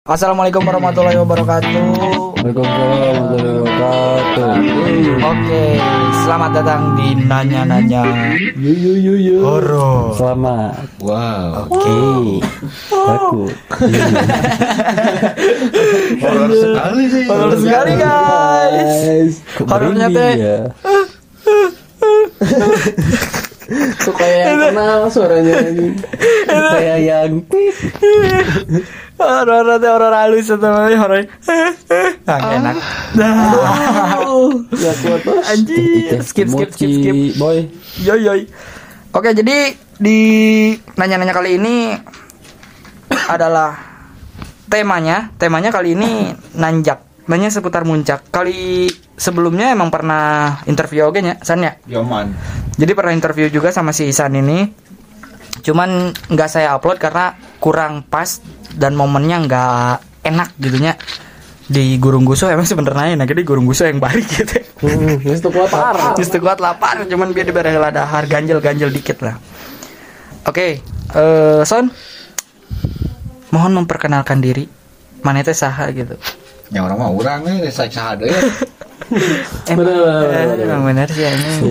Assalamualaikum warahmatullahi wabarakatuh. Waalaikumsalam warahmatullahi wabarakatuh. Oke, selamat datang di Nanya-Nanya Yo. Horor. Selamat. Wow. Oke. Takut. Horor sekali sih. Horor sekali guys. Horornya teh. Ya. Kok kayak yang kenal suaranya ini. Kayak yang Horor teh horor halus atau horor. Enak. Gak kuat bos. Anjir. Skip. Boy. Yoi. Oke, jadi di Nanya-Nanya kali ini adalah temanya kali ini nanjak. Nanya seputar muncak. Kali sebelumnya emang pernah interview oke nya, San ya? Yoman. Jadi pernah interview juga sama si Isan ini. Cuman nggak saya upload karena kurang pas dan momennya nggak enak gitunya. Di Gurung Guso emang sebenarnya nah jadi Gurung Guso yang balik gitu. Itu kuat parah. Justru kuat lapar, cuman biar diberi dahar ganjel dikit lah. Oke, Son, mohon memperkenalkan diri. Mana teh saha gitu. Yang orang mah orang nih sah ada ya. Emang benar sih ini.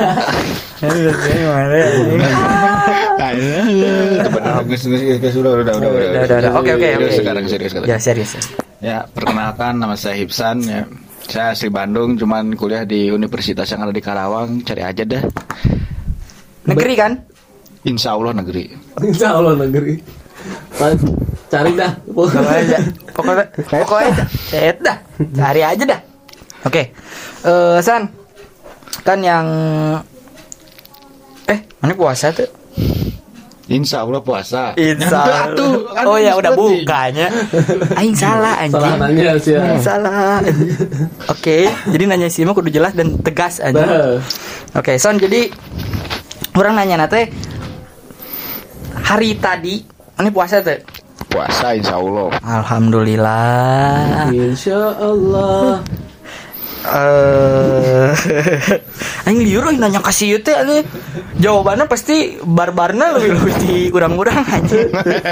Udah. Oke. Sekarang serius. Ya serius. Ya, perkenalkan nama saya Hipsan ya. Saya asli Bandung, cuman kuliah di universitas yang ada di Karawang. Cari aja dah. Negeri kan? Insya Allah negeri. Insya Allah negeri. Cari dah. Pokoknya cet dah. Cari aja dah. Oke. San. Kan yang mana puasa tuh? Insya Allah puasa. Insya Allah. Oh ya udah bukanya. Aing salah anjing. Salah nanya sih ya. Salah. Oke, jadi nanya sih mah kudu jelas dan tegas aja. Oke, Son, jadi orang nanya nate hari tadi ini puasa tuh? Puasa insya Allah. Alhamdulillah. Insya Allah. Aing liur nanya kasih teh ane. Jawabannya pasti barbarna lebih di urang-urang anjing.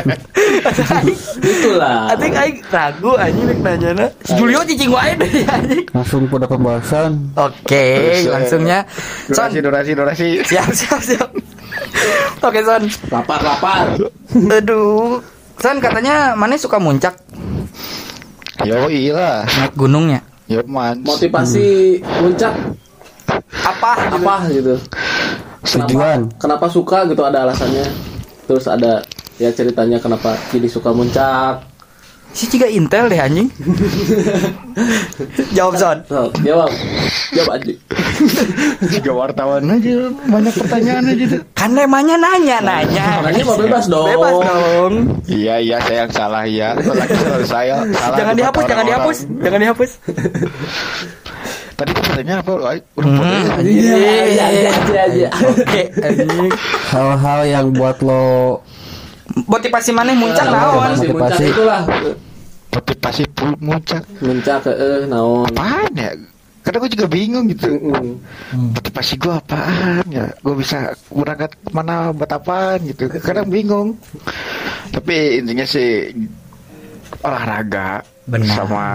Itulah. Aing ragu anjing nanyana. Si Julio cicing wae deh anjing. Langsung pada pembahasan. Oke, langsungnya. Son, Durasi. siap. Oke, Son. Lapar. Aduh. Son katanya mana suka muncak Yoi lah. naik gunungnya. Yoman. Motivasi puncak Apa? gitu. Tujuan. Kenapa suka gitu ada alasannya. Terus ada ya ceritanya kenapa jadi suka muncak. Si Ciga Intel deh anjing. Jawab, Son. So, jawab anjing. Jika wartawan aja banyak pertanyaan aja tuh. Kan temanya nanya. Nanya mah bebas dong. Bebas dong. Iya saya yang salah ya. Lagi selalu saya salah. Jangan dihapus. Tadi pertanyaannya apa? Iya. Oke, anjing. Hal-hal yang buat lo Motivasi mana muncak naon? Motivasi muncak Motivasi. itulah. Motivasi muncak. Muncak naon. Apaan ya? Kadang gue juga bingung gitu. Motivasi gue apaan ya? Gue bisa berangkat mana buat apaan gitu. Kadang bingung. Tapi intinya sih olahraga. Benar. Sama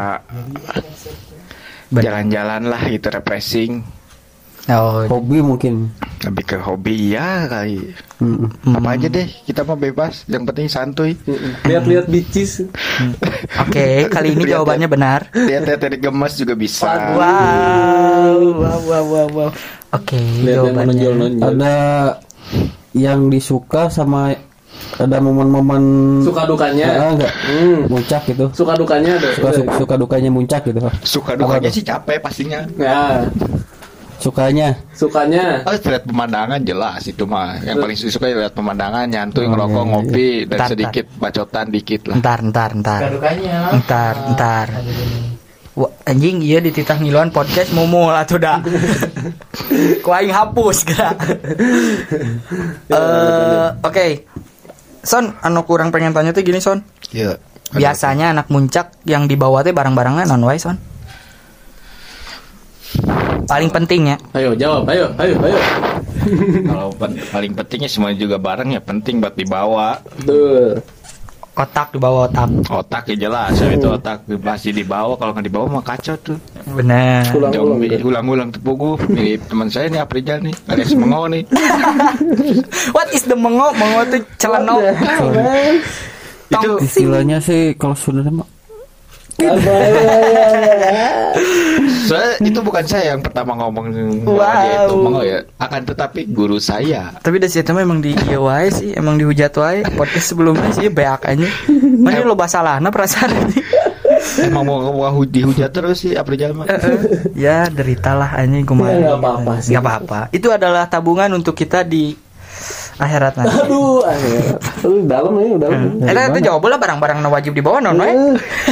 jalan-jalan lah gitu, refreshing. Oh, hobi mungkin. Lebih ke hobi ya kali. Apa aja deh, kita mah bebas. Yang penting santuy. Lihat-lihat bicis. Oke, kali ini jawabannya benar. Lihat-lihat dari gemes juga bisa. Wow. Oke, jawabannya. Ada yang disuka sama ada momen-momen Suka dukanya. enggak muncak gitu. Suka dukanya ada. Suka dukanya muncak gitu. Suka dukanya sih capek pastinya. Ya, Sukanya Oh, lihat pemandangan jelas itu mah. Yang paling suka lihat pemandangan, nyantuy, ngerokok, iya. ngopi, dan Ntar. sedikit bacotan dikit lah. Ntar. Wah, anjing iya dititah ngiluan podcast mumul atuh dah. Ku aing hapus geura. Oke. Son, anu kurang pengen tanya tuh gini, Son. Iya. Biasanya anak muncak yang dibawa teh barang-barangnya non wae, Son. Paling penting ya. Ayo jawab, ayo. Kalau paling pentingnya semuanya juga barang ya penting buat dibawa. Tuh. Otak di bawah otak. Otak ya jelas, itu otak pasti dibawa. Kalau nggak dibawa mah kacau tuh. Benar. Ulang-ulang tepugu mirip teman saya nih Aprijal nih, alias Mengo nih. What is the mengo? Mengo tuh celana. Itu Istilahnya sih kalau Sunda mah itu bukan saya yang pertama ngomong Wow. dia itu Mengo ya. Akan tetapi guru saya. Tapi dari situ emang di ieu wae sih, emang dihujat wae. Podcast sebelumnya sih beak aja. Mana lo salahna perasaan ini. Emang mau dihujat terus sih Aprijal mah. Ya deritalah anjing kumaha. Ya, nggak apa-apa sih. Nggak apa-apa. Itu adalah tabungan untuk kita di akhirat nanti. Aduh, akhirnya. Dalam nih, dalam. Itu jawab lah barang-barang nu wajib dibawa non we.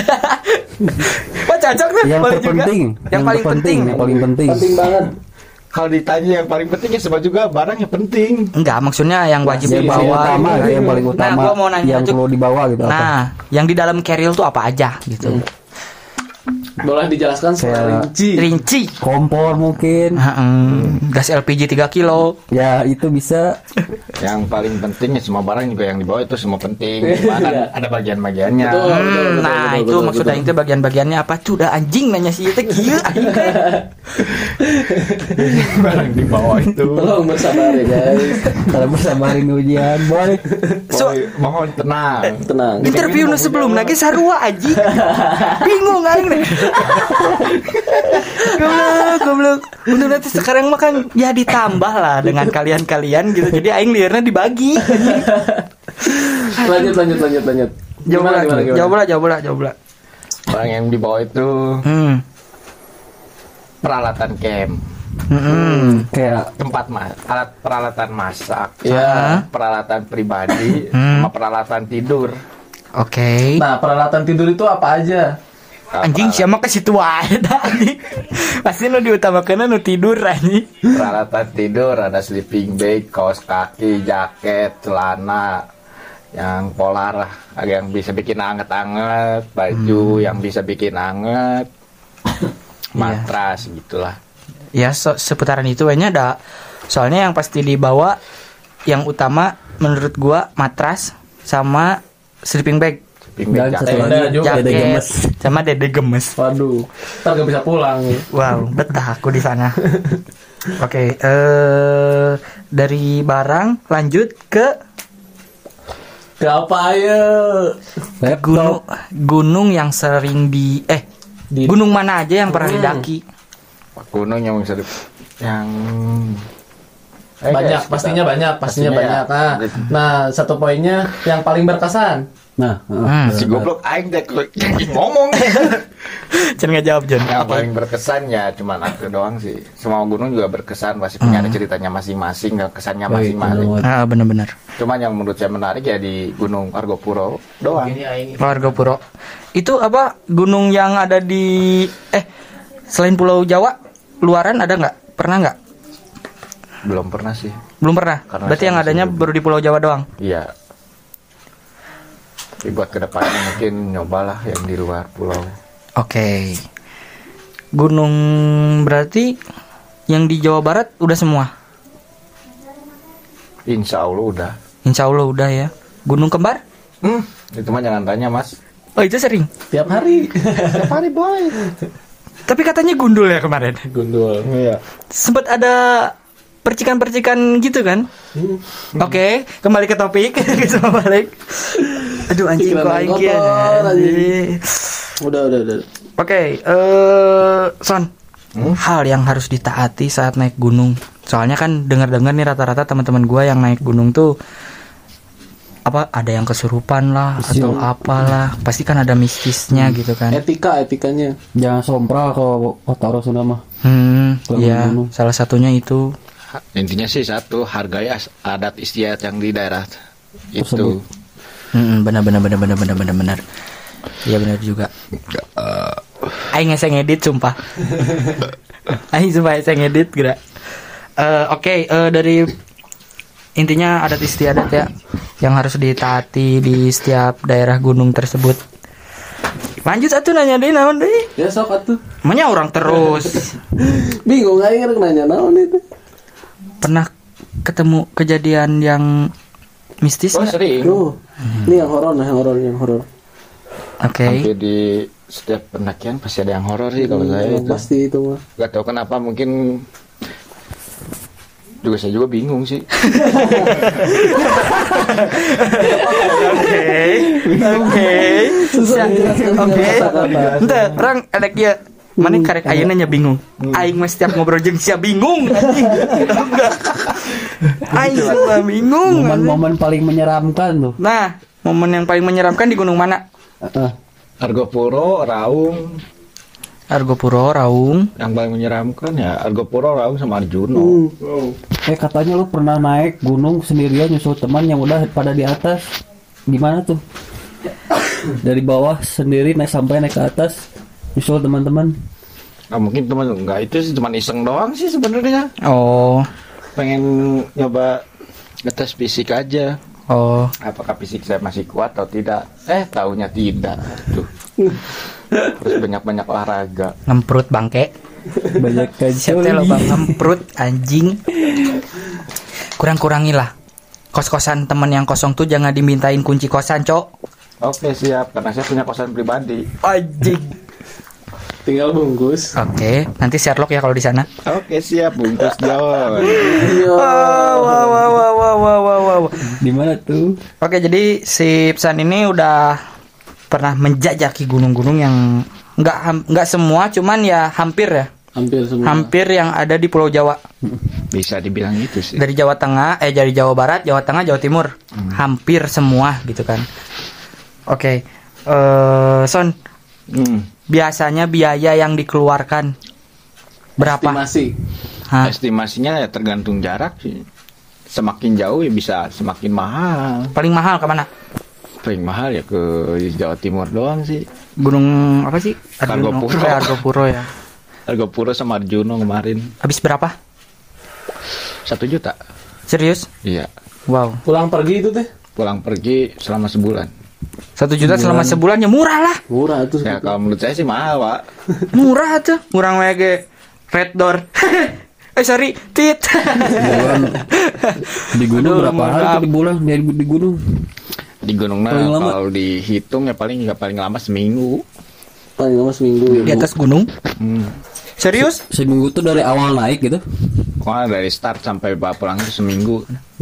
Wah cocok tuh. yang boleh juga. terpenting, Yang paling penting. yang paling penting. Penting banget. Kalau ditanya yang paling penting ya semua juga barang yang penting. Enggak, maksudnya yang wajib Yang paling dibawa. utama, gitu. yang paling utama, Nah, gua mau nanya yang Cuk. perlu dibawa gitu apa? Nah, yang di dalam carrier tuh apa aja gitu. Boleh dijelaskan secara rinci. Rinci. Kompor mungkin, Gas LPG 3 kilo. ya itu bisa. Yang paling penting ya semua barang juga yang dibawa itu semua penting. Cuma kan ada bagian-bagiannya. Betul, betul, betul, Nah, betul, itu betul, maksudnya betul. itu bagian-bagiannya apa? Cuda anjing nanya sih itu kieu aing teh. Barang dibawa itu. Tolong bersabar ya guys. Kalau bersabarin ujian, boy. So, Boy, mohon tenang. Tenang. interview nu sebelum lagi sarua anjing. Bingung aing teh. Goblok. Untuk nanti sekarang mah kan ya ditambah lah dengan kalian-kalian gitu. Jadi aing liarnya dibagi. Lanjut. Jawab lah. Barang yang dibawa itu peralatan camp, Kayak alat peralatan masak, Ya. peralatan pribadi, sama peralatan tidur. Oke. Nah, peralatan tidur itu apa aja? Anjing siapa ke situ wae dah anjing. Pasti nu diutamakeun nu tidur anjing. Peralatan tidur ada sleeping bag, kaos kaki, jaket, celana yang polar lah, yang bisa bikin anget-anget, baju yang bisa bikin anget, matras gitulah. Ya seputaran itu kayaknya ada. Soalnya yang pasti dibawa yang utama menurut gua matras sama sleeping bag. Sleeping bag, dan jaket. satu lagi Tenda juga, dede Jaket gemes. sama dede gemes. Waduh, ntar gak bisa pulang. Wow, betah aku di sana. Oke, dari barang lanjut ke Ke apa ayo? gunung yang sering gunung mana aja yang pernah didaki? Gunung yang bisa yang Banyak, pastinya banyak. ya. Nah, satu poinnya yang paling berkesan. Nah, Si goblok aing teh ngomong. Jangan nggak jawab John. Yang paling berkesan ya cuman aku doang sih. Semua gunung juga berkesan, pasti punya ada ceritanya masing-masing, kesannya masing-masing. Benar-benar. Cuman yang menurut saya menarik ya di Gunung Argopuro doang. Argopuro. Itu apa gunung yang ada di selain Pulau Jawa, luaran ada nggak? Pernah nggak? Belum pernah sih. Belum pernah. Karena Berarti saya yang adanya masih baru di Pulau Jawa doang. Iya. Tapi buat kedepannya mungkin nyobalah yang di luar pulau. Oke. Gunung berarti yang di Jawa Barat udah semua. Insya Allah udah. Insya Allah udah ya. Gunung Kembar? Itu mah jangan tanya mas. Oh itu sering. Tiap hari. Tiap hari boy. Tapi katanya gundul ya kemarin. Gundul. Iya. Sempat ada percikan-percikan gitu kan? Oke, kembali ke topik. Kita balik. Aduh anjing kok aing kieu. Udah. Oke, Son. Hal yang harus ditaati saat naik gunung. Soalnya kan dengar-dengar nih rata-rata teman-teman gua yang naik gunung tuh apa ada yang kesurupan lah atau apalah. Pasti kan ada mistisnya gitu kan. Etikanya. jangan sompral kalau kota Sunda mah. Iya, salah satunya itu. Intinya sih satu, hargai adat istiadat yang di daerah Tersebut. itu. Benar. Iya benar juga. Aing ngeseng ngedit sumpah. Aing sumpah ngeseng ngedit gerak. Oke, dari intinya adat istiadat ya yang harus ditaati di setiap daerah gunung tersebut. Lanjut atuh nanya deh naon deh. Ya sok atuh. Emangnya orang terus. Bingung aing nanya naon itu. Pernah ketemu kejadian yang Mistis Oh nggak? sering. Tuh. Ini yang horor. Oke. Hampir di setiap pendakian pasti ada yang horor sih kalau saya Emang itu. pasti itu mah. Gak tahu kenapa, mungkin saya juga bingung sih. Oke. Oke. Ente, orang elek ya. Mana karek ayeuna nya bingung. Aing mah setiap ngobrol jeung sia bingung anjing. Tahu enggak? Aing mah bingung. anjing. Momen-momen paling menyeramkan tuh. Nah, momen yang paling menyeramkan di gunung mana? Argopuro, Raung. Argopuro, Raung. Yang paling menyeramkan ya Argopuro, Raung sama Arjuno. Katanya lu pernah naik gunung sendirian nyusul teman yang udah pada di atas. Gimana tuh? Dari bawah sendiri naik ke atas nyusul teman-teman. Nah, mungkin teman enggak, itu sih cuma iseng doang sih sebenarnya. Oh. Pengen nyoba ngetes fisik aja. Oh. Apakah fisik saya masih kuat atau tidak? Taunya tidak. Tuh. Terus banyak-banyak olahraga. Ngemprut bangke. Banyak kan Siapa lo bang ngemprut anjing. Kurang-kurangilah. Kos-kosan teman yang kosong tuh jangan dimintain kunci kosan, Cok. Oke, siap. Karena saya punya kosan pribadi. Anjing. Tinggal bungkus. Oke, nanti Sherlock ya kalau di sana. Oke, siap. Bungkus John. Wow. di mana tuh? Oke, jadi si Psan ini udah pernah menjajaki gunung-gunung yang nggak semua, cuman ya hampir ya. Hampir semua. Hampir yang ada di Pulau Jawa. Bisa dibilang itu sih. Dari Jawa Tengah, dari Jawa Barat, Jawa Tengah, Jawa Timur. Hampir semua gitu kan. Oke. Son, biasanya biaya yang dikeluarkan berapa? Estimasi. Hah? Estimasinya ya tergantung jarak sih. Semakin jauh ya bisa semakin mahal. Paling mahal kemana? Paling mahal ya ke Jawa Timur doang sih. Gunung apa sih? Argopuro. Argopuro ya. Argopuro sama Arjuno kemarin Habis berapa? 1 juta. Serius? Iya. Wow. Pulang pergi itu teh. Pulang pergi selama sebulan. 1 juta selama sebulan ya murah lah. Murah tuh. Ya kalau menurut saya sih mahal, Pak. Murah tuh. Kurang wege Red Door. Sorry, Tit. Di gunung Aduh, berapa hari maaf. tuh di bulan di gunung? Di gunung Paling lama? kalau dihitung ya paling lama seminggu. Paling lama seminggu ya. Di atas gunung. Serius? Seminggu tuh dari awal naik gitu. Kalau dari start sampai pulang itu seminggu.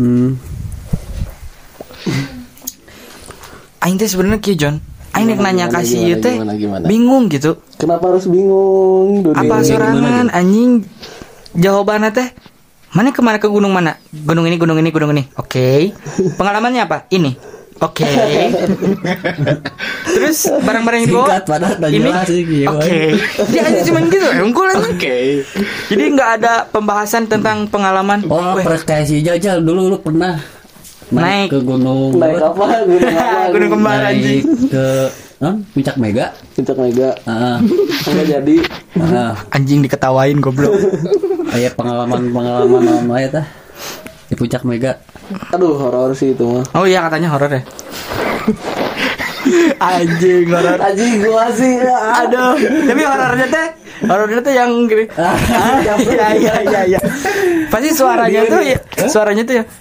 Aing teh sebenarnya kieu John. Aing nek nanya Gimana, kasih ieu teh gimana? bingung gitu. Kenapa harus bingung? Apa sorangan anjing? Jawabannya teh mana kemana ke gunung mana? Gunung ini. Oke. Pengalamannya apa? Ini. Oke. Terus barang-barang yang dibawa Singkat, padahal tak ini. jelas sih, gimana. Oke. Dia hanya cuma gitu, unggul aja. Oke. Jadi nggak ada pembahasan tentang pengalaman. Oh, Weh, kayak si Jajal dulu lu pernah Naik. ke gunung Naik apa? Gunung apa? Gunung kembar naik anjing. ke Puncak Mega. Puncak Mega. Heeh. Enggak jadi. Anjing diketawain goblok. Kayak pengalaman apa ya tah? Di Puncak Mega. Aduh, horor sih itu mah. Oh iya katanya horor ya. Anjing horor. Anjing gua sih. Aduh, tapi horornya teh yang gini. Iya. Pasti suaranya tuh ya.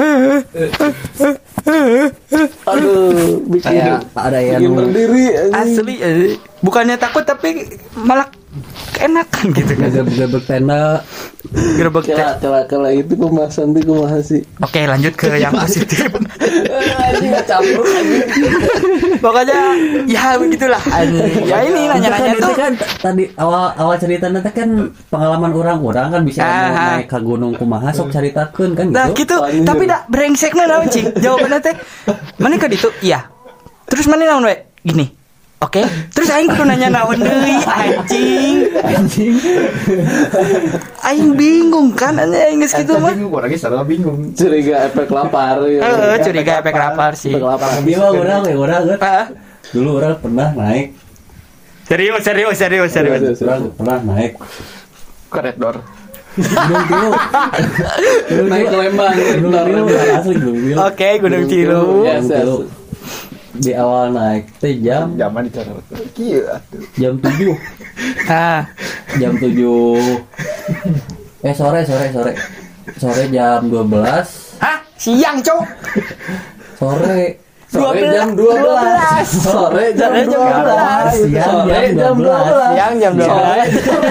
Aduh, bikin Kayak ada yang bikin berdiri anjing. Asli, bukannya takut tapi malah keenakan gitu kan. gebek tenda. Gerbek teh. Kela itu pembahasan tuh kumaha sih. Oke, lanjut ke yang positif. Anjing enggak campur anjing. Pokoknya ya begitulah. Ya ini nanya-nanya Itu tuh. kan tadi awal cerita nanti kan pengalaman orang kan bisa Ah. naik ke gunung kumaha sok caritakeun kan Nah gitu. gitu, tapi dah brengsekna naon cing. Jawabannya teh mana ka ditu? Iya. Terus mana naon we? Gini. Oke. Terus aing kudu nanya naon deui anjing. Aing bingung kan aing geus kitu mah. Bingung, orangnya selalu bingung. Curiga efek lapar ya. Curiga efek lapar sih. Efek lapar. Dia mah orang kan. Ah, Dulu orang pernah naik. Serius. Orang pernah naik Ke Red Door. Gunung Tilu. Naik ke Lembang. Gunung Tilu asli Gunung Tilu. Oke, Gunung Tilu. Yes, Gunung Tilu. Di awal naik teh jam Zaman di cara. Iya atuh. jam 7. Ah, Jam 7. Sore jam 12. hah? Siang, Cok. Sore. Sore jam 12. Sore jam 12. Siang jam 12. Siang jam 12.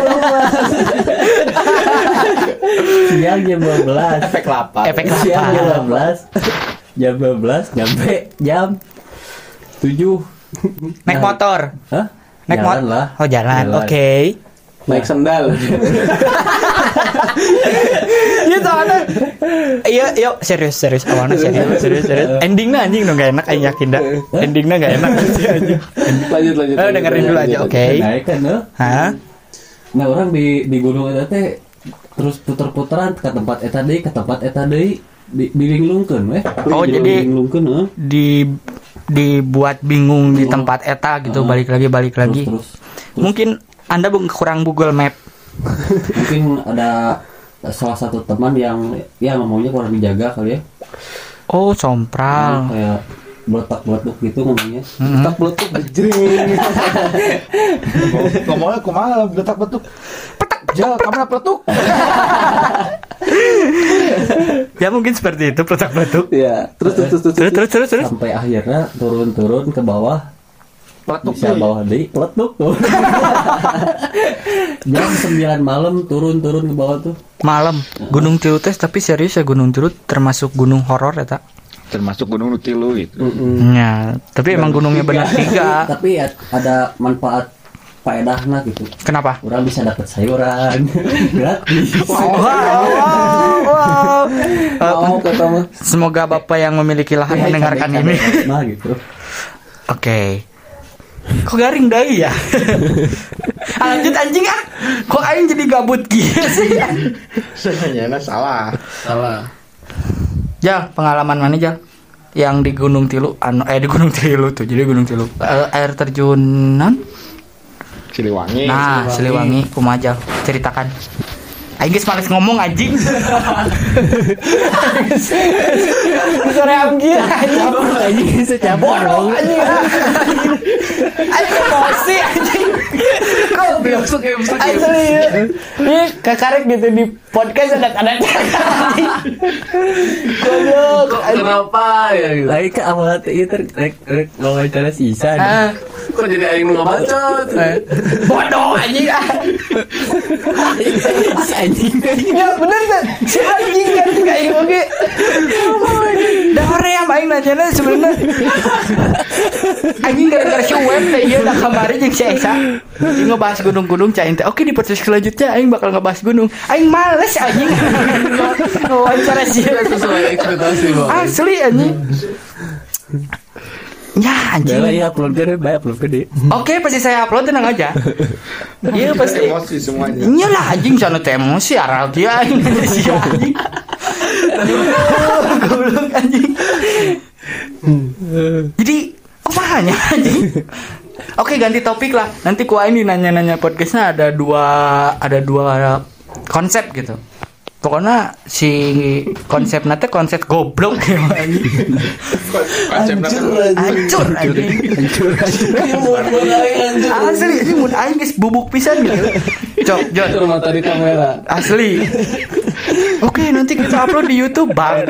Siang jam 12. Efek lapar. Efek Siang jam lapar. 12. Jam 12 nyampe jam 7. Naik motor. Hah? Naik Jalan motor. lah. Oh, jalan. Oke. Naik sendal. Iya soalnya. Iya, serius awalnya serius. Endingnya anjing dong gak enak, aing yakin dah. Endingnya gak enak anjing. Lanjut. Dengerin dulu aja, oke. Naik kan, Hah? Nah orang di gunung eta teh terus puter-puteran ke tempat eta deui dilinglungkeun weh. Oh, jadi dilinglungkeun dibuat bingung di tempat eta gitu, balik lagi. Terus. Mungkin Anda kurang Google Map. Mungkin ada salah satu teman yang ya ngomongnya kurang dijaga kali ya. Oh, sompral. Kayak beletak-beletuk gitu ngomongnya. Tak beletuk jering. Ngomongnya kumaha letak betuk. Jal, kamera peletuk. Ya mungkin seperti itu, petak-petuk. Ya, terus. Sampai akhirnya turun ke bawah. Peletuk Bisa bawah deui peletuk tuh. Jam 9 malam turun ke bawah tuh. Malam Gunung Tilutes, tapi serius ya Gunung Tilut termasuk gunung horor ya tak? Termasuk Gunung Nutilu gitu. Ya, tapi emang gunungnya benar tiga. Tapi ada manfaat faedahna gitu. Kenapa? Orang bisa dapat sayuran gratis. Wow. Mau kata mah. Semoga Bapak yang memiliki lahan mendengarkan ini. Nah gitu. Oke. Kok garing dai ya? Lanjut anjing ah. Kok aing jadi gabut gitu sih? Sebenarnya salah. Ja, pengalaman mana Ja? Yang di Gunung Tilu, di Gunung Tilu tuh. Jadi Gunung Tilu. Air terjunan? Siliwangi. Nah, Siliwangi, kumaha ceritakan. Aing geus males ngomong anjing. Sore amgir anjing secabut anjing. Aing emosi anjing. Kok biasa asli. Ini kakarek gitu di podcast ada anjing. Goblok. Kenapa ya gitu? Lagi ke awal itu rek wawancara sisa. Kok jadi aing nu ngabacot? Bodoh anjing. Anjing. Ya bener kan? Si anjing kan kayak oke. Dah hoream aing nanya sebenarnya. Anjing gara-gara si web teh ieu da kamari jeung si Esa. Dia ngebahas gunung-gunung cai teh. Oke, di podcast selanjutnya aing bakal ngebahas gunung. Aing males anjing. Wawancara sih Sesuai ekspektasi, Bang. asli anjing. Ya anjing. Ya upload gede. Oke, pasti saya upload, tenang aja. Iya pasti. Emosi semuanya. Iyalah anjing sana teh emosi aral dia aing si anjing. Goblok anjing. Jadi apanya anjing? Oke, ganti topik lah. Nanti ku ini nanya-nanya podcastnya ada dua konsep gitu. Pokoknya si konsep nanti konsep goblok ya anjing. Hancur anjing. Asli ini mun aing geus bubuk pisan gitu. Cok, Jon. Rumah tadi kamera. Asli. Oke, nanti kita upload di YouTube, Bang.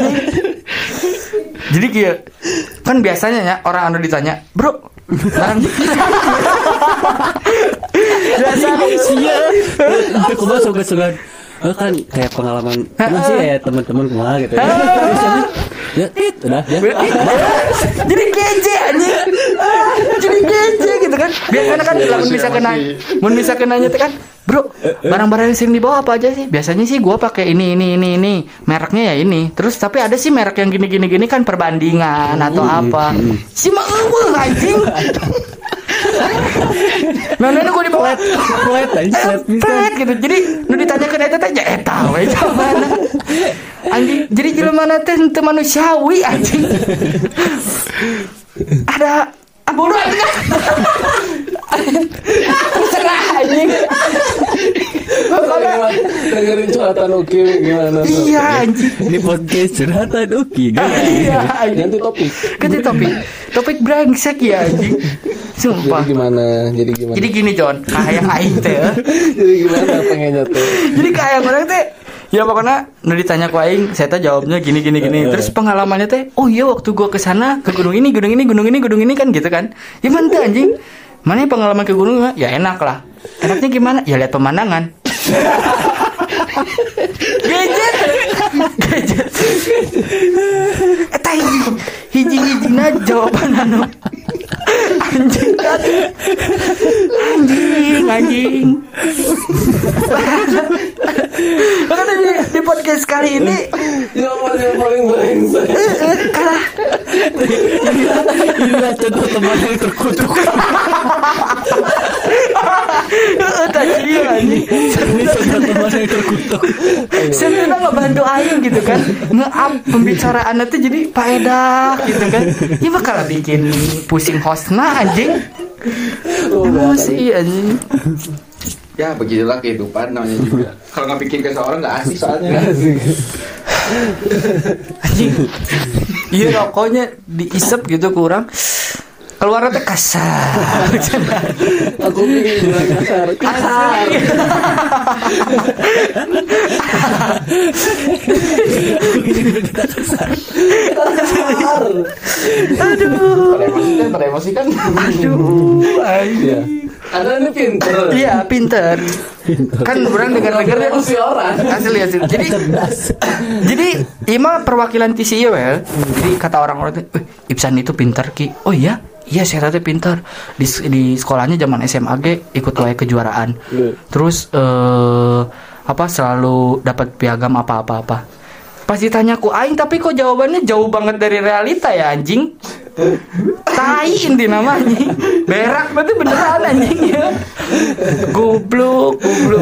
Jadi kayak kan biasanya ya orang anu ditanya, "Bro, barang biasanya Itu kumaha sugan-sugan. Kan kayak pengalaman masih ya teman-teman kumaha gitu. Ya, udah ya. jadi keje anjing. Jadi keje gitu kan. Biasanya kan mun bisa kenanya tuh kan, "Bro, barang-barang yang sering dibawa apa aja sih?" Biasanya sih gua pakai ini. Mereknya ya ini. Terus tapi ada sih merek yang gini kan perbandingan atau apa. Si mah anjing. Mana gue dibawa flat gitu. Jadi nu ditanyakeun eta teh eta we mana. Anjing, jadi jelema teh teu manusiawi anjing. Ada bodoh anjing. Serah anjing. Dengerin curhatan Uki gimana? Iya anjing. Ini podcast curhatan Uki Iya anjing. Ganti topik. Topik brengsek ya anjing. Sumpah. Jadi gimana? Jadi gini Jon, kayak aing teh. Jadi gimana pengennya tuh? Jadi kayak orang teh Ya pokoknya ditanya ku aing, saya teh jawabnya gini. Terus pengalamannya teh, oh iya waktu gua ke sana ke gunung ini kan gitu kan. Ya mantap anjing. Mana pengalaman ke gunung ya enak lah. Enaknya gimana? Ya lihat pemandangan. Gadget. Eta hiji-hijina jawaban anu. Anjing. Makanya di podcast kali ini jawaban yang paling brengsek. kalah. Inilah contoh teman yang terkutuk. Tadi anjing. Ini contoh teman yang terkutuk. Sebenarnya ngebantu aing gitu kan, nge-up pembicaraan itu jadi faedah gitu kan. Ini bakal bikin pusing hostna anjing. Emosi anjing. Ya begitulah kehidupan namanya juga. Kalau nggak bikin ke seorang nggak asik soalnya. Anjing. Iya rokoknya diisep gitu kurang. Keluar teh kasar. Aku bikin kasar. Aduh. Teremosikan. Aduh. Iya. Ada ini pinter. Iya, pinter. Kan orang dengar-dengar Emosi orang. asli. Jadi ima perwakilan TCI well. Jadi kata orang-orang itu, Ibsan itu pinter ki. Oh iya, saya tadi pinter. Di sekolahnya zaman SMAG ikut wae kejuaraan. Terus selalu dapat piagam apa-apa. Pas ditanya ku aing tapi kok jawabannya jauh banget dari realita ya anjing. Tai inti namanya. Berak berarti beneran anjing ya. Goblok.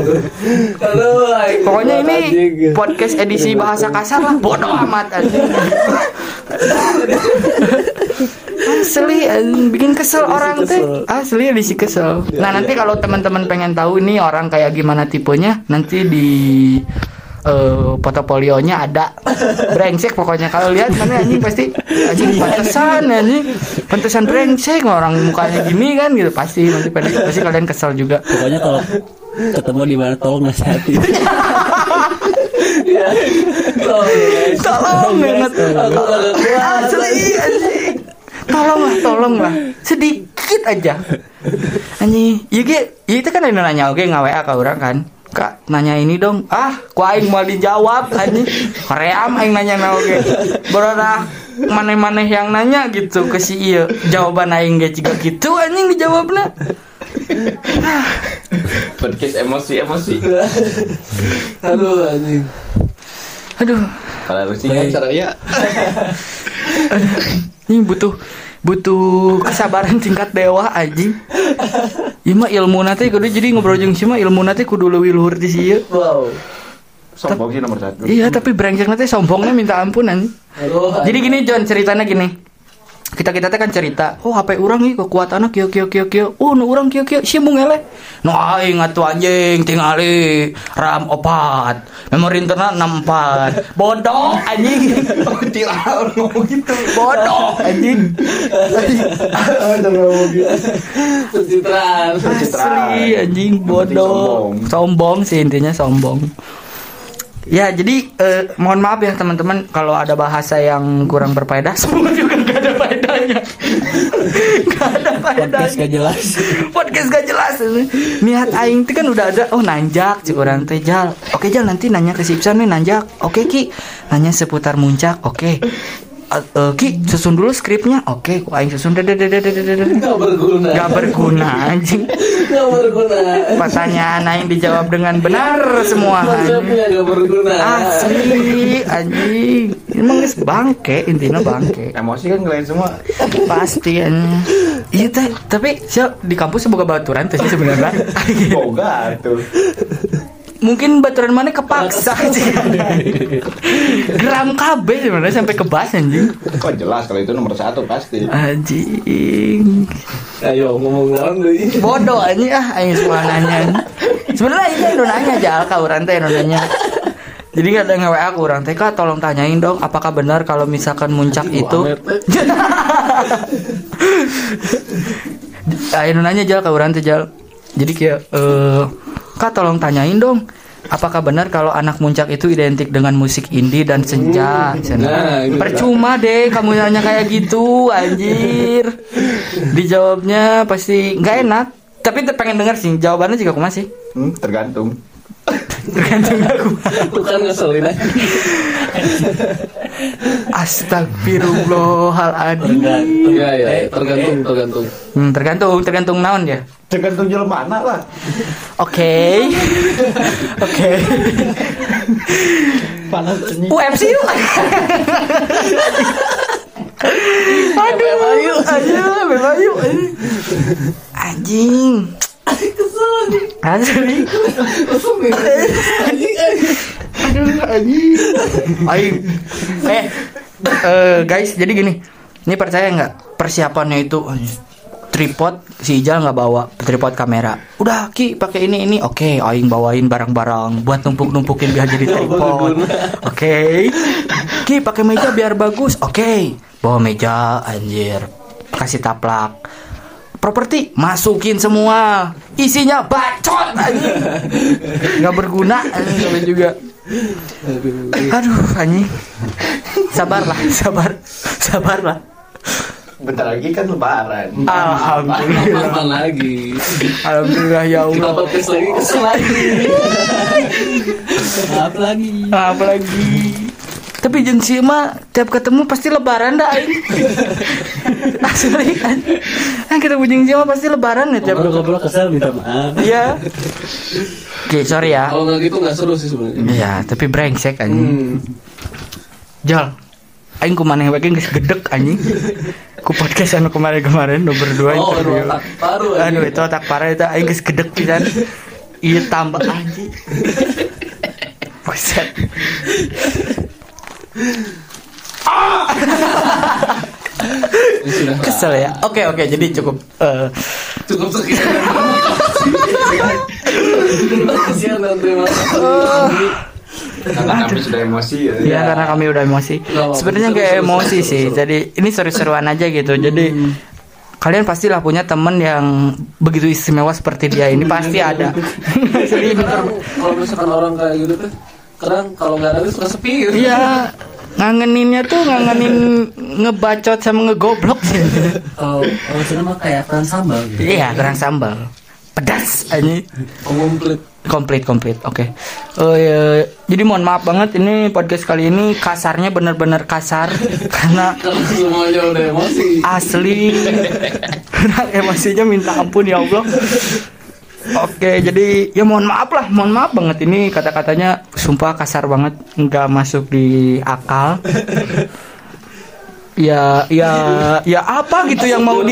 Pokoknya ini podcast edisi bahasa kasar lah. Bodoh amat anjing. Asli bikin kesel orang teh. Asli edisi kesel. Nah, nanti kalau teman-teman pengen tahu ini orang kayak gimana tipenya, nanti di portofolionya ada brengsek pokoknya kalau lihat mana anjing pasti anjing pantesan brengsek orang mukanya gini kan gitu pasti kalian kesel juga. Pokoknya kalau ketemu di mana tolong nasihatin. Tolong banget. Asli anjing. Tolonglah sedikit aja. Anjing, itu kan ada nanya oke nge-WA ke orang kan. Kak, nanya ini dong. Ku aing mau dijawab anjing. Koream aing nanya oge. Borodah maneh-maneh yang nanya gitu ke si ieu. Jawaban aing ge juga gitu anjing dijawabna. Podcast emosi. Aduh anjing. Aduh. Kalau rusingan caranya. Ini butuh kesabaran tingkat dewa anjing. Ieu mah ilmu teh kudu jadi ngobrol jeung si mah ilmu teh kudu leuwih luhur ti si ieu. Wow. Sombong sih nomor 1. Iya, tapi brengsek teh sombongnya minta ampun anjing. Jadi gini John ceritanya gini. Kita teh kan cerita, oh HP urang ieu kekuatanna kieu. Oh nu urang kieu sia mung eleh. Nu aing atuh anjing tingali RAM 4, memori internal 64. Bodoh anjing. Tidak ngomong gitu. Bodoh anjing. Pencitraan. Asli anjing bodoh. Sombong sih intinya sombong. Ya jadi mohon maaf ya teman-teman kalau ada bahasa yang kurang berfaedah. Semua juga gak ada faedahnya. Podcast gak jelas. Podcast gak jelas. Niat aing teh kan udah ada. Oh nanjak cik orang teh Jal. Oke Jal nanti nanya ke Sipsan nih nanjak. Oke Ki nanya seputar muncak. Oke Ki susun dulu skripnya. Oke ku aing susun. Gak berguna. Gak berguna anjing. Gak berguna. Pertanyaan aing dijawab dengan benar semua. Konsepnya gak berguna. Asli anjing. Emang geus bangke intinya bangke. Emosi kan ngelain semua. Pasti anjing. Iya teh, tapi siap di kampus boga baturan teh sebenarnya. Boga tuh. Mungkin baturan mana kepaksa sih. Geram KB sebenarnya sampai kebas anjing. Kok jelas kalau itu nomor 1 pasti. Anjing. Ayo ngomong deh. Bodoh anjing aing semua nanya. Sebenarnya ini udah nanya aja ka urang teh nanya. Jadi ada nge-WA aku urang teh Kak tolong tanyain dong apakah benar kalau misalkan muncak itu. Ayo nanya Jal ka urang teh Jal. Jadi kayak Kak tolong tanyain dong apakah benar kalau anak muncak itu identik dengan musik indie dan senja? Nah, itu Percuma deh kamu nanya kayak gitu, anjir. Dijawabnya pasti nggak enak. Tapi pengen denger sih jawabannya juga aku masih. Tergantung. Tergantung aku. Tuh kan ngeselin aja. Astagfirullahaladzim. Iya, tergantung. Tergantung naon ya. Tergantung jalan mana lah. Oke. Panas ini. UFC yuk. Aduh, ayo. Anjing. Asli. Ayo. Guys, jadi gini. Ini percaya nggak persiapannya itu tripod si Ijal nggak bawa tripod kamera. Udah Ki pakai ini. Oke, aing bawain barang-barang buat numpuk-numpukin biar jadi tripod. Oke. Ki pakai meja biar bagus. Oke. Bawa meja anjir. Kasih taplak. Properti masukin semua. Isinya bacot anjing. Enggak berguna anjing juga. Aduh anjing. Sabarlah. Bentar lagi kan lebaran. Alhamdulillah. Apa lagi? Alhamdulillah ya Kita Allah. podcast lagi kesel lagi. Apa lagi? Tapi jensi mah tiap ketemu pasti lebaran dah aing. Asli kan. Kan kita jensi mah pasti lebaran ya tiap. Ngobrol kesel minta maaf. Iya. Oke, sorry ya. Kalau nggak gitu nggak seru sih sebenarnya. Iya, tapi brengsek anjing. Jal. Aing kumaneh wae geus gedek anjing. Ku podcast anu kemarin udah berdua Oh, interview. otak paru. Aduh, itu otak parah itu aing geus gedek pisan. Iya tambah anjing. Buset. Sudah. Kesel ya. Oke, jadi cukup Cukup sekian. Kasihan dan terima kasih. Karena kami sudah emosi ya. ya karena kami udah emosi. apa-apa. Sebenarnya kayak Seru. emosi sih. Jadi ini seru-seruan aja gitu. Jadi kalian pastilah punya temen yang begitu istimewa seperti dia ini pasti ada. Asli bener. Kalau misalkan orang kayak gitu tuh, kadang kalau nggak ada tuh suka sepi. Gitu. Iya, ngangenin ngebacot sama ngegoblok sih. Kalau sana mah kayak peran sambal gitu. Iya, kurang sambal. Pedas aja. Komplit. Oke. Oh ya, jadi mohon maaf banget ini podcast kali ini kasarnya benar-benar kasar karena Kalau semuanya udah emosi. asli emosinya minta ampun ya Allah. Oke, jadi ya mohon maaf banget ini kata-katanya sumpah kasar banget, nggak masuk di akal. Ya apa gitu yang mau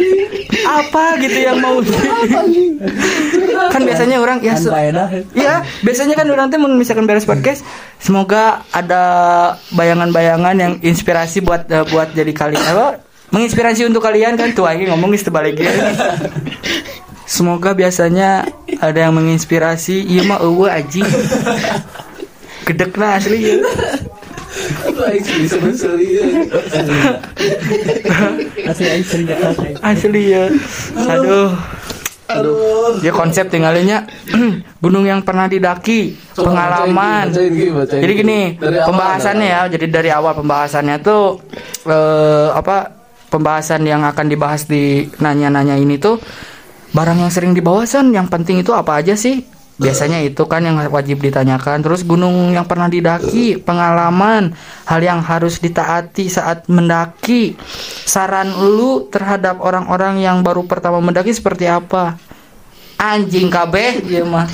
kan biasanya orang ya ya biasanya kan orang tuh misalkan beres podcast semoga ada bayangan-bayangan yang inspirasi buat jadi kalian menginspirasi untuk kalian kan tuh lagi ngomong sebaliknya. Semoga biasanya ada yang menginspirasi. Iya mah eueuh aji. Gedekna asli ya. Asli ya. Aduh. Ya konsep tinggalinnya gunung yang pernah didaki, pengalaman. Bacain. Jadi gini, Dari awal pembahasannya ya. Jadi dari awal pembahasannya tuh pembahasan yang akan dibahas di nanya-nanya ini tuh barang yang sering dibawa San, yang penting itu apa aja sih? Biasanya itu kan yang wajib ditanyakan. Terus gunung yang pernah didaki, pengalaman, hal yang harus ditaati saat mendaki. Saran lu terhadap orang-orang yang baru pertama mendaki seperti apa? Anjing kabeh dia mah.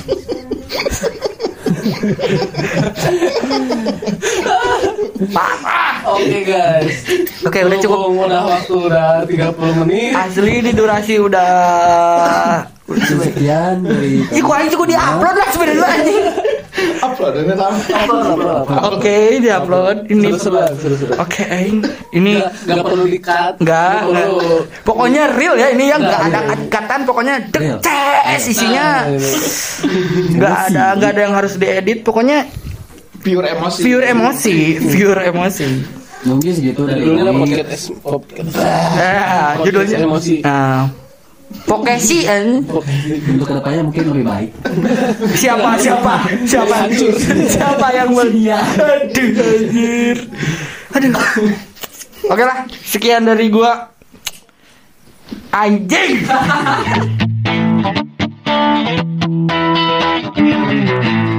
Parah. Oke guys. Oke, udah cukup. Udah waktu udah 30 menit. Asli ini durasi udah Sekian dari Iku aja cukup di-upload lah sebenarnya anjing. Upload ini lah. Oke, di-upload ini. Seru. Oke, ini Gak perlu di-cut. enggak. Pokoknya real ya ini yang enggak ada katan, pokoknya Real. dekces isinya. Enggak ada yang harus diedit, pokoknya Pure emosi. pure emosi. mungkin segitu dari Judulnya kami. podcast. Nah, judulnya Emosi. Nah, Pokesian. Untuk kedepannya mungkin lebih baik. Siapa yang melihat? Aduh anjir. Aduh. Oke lah, sekian dari gua. Anjing.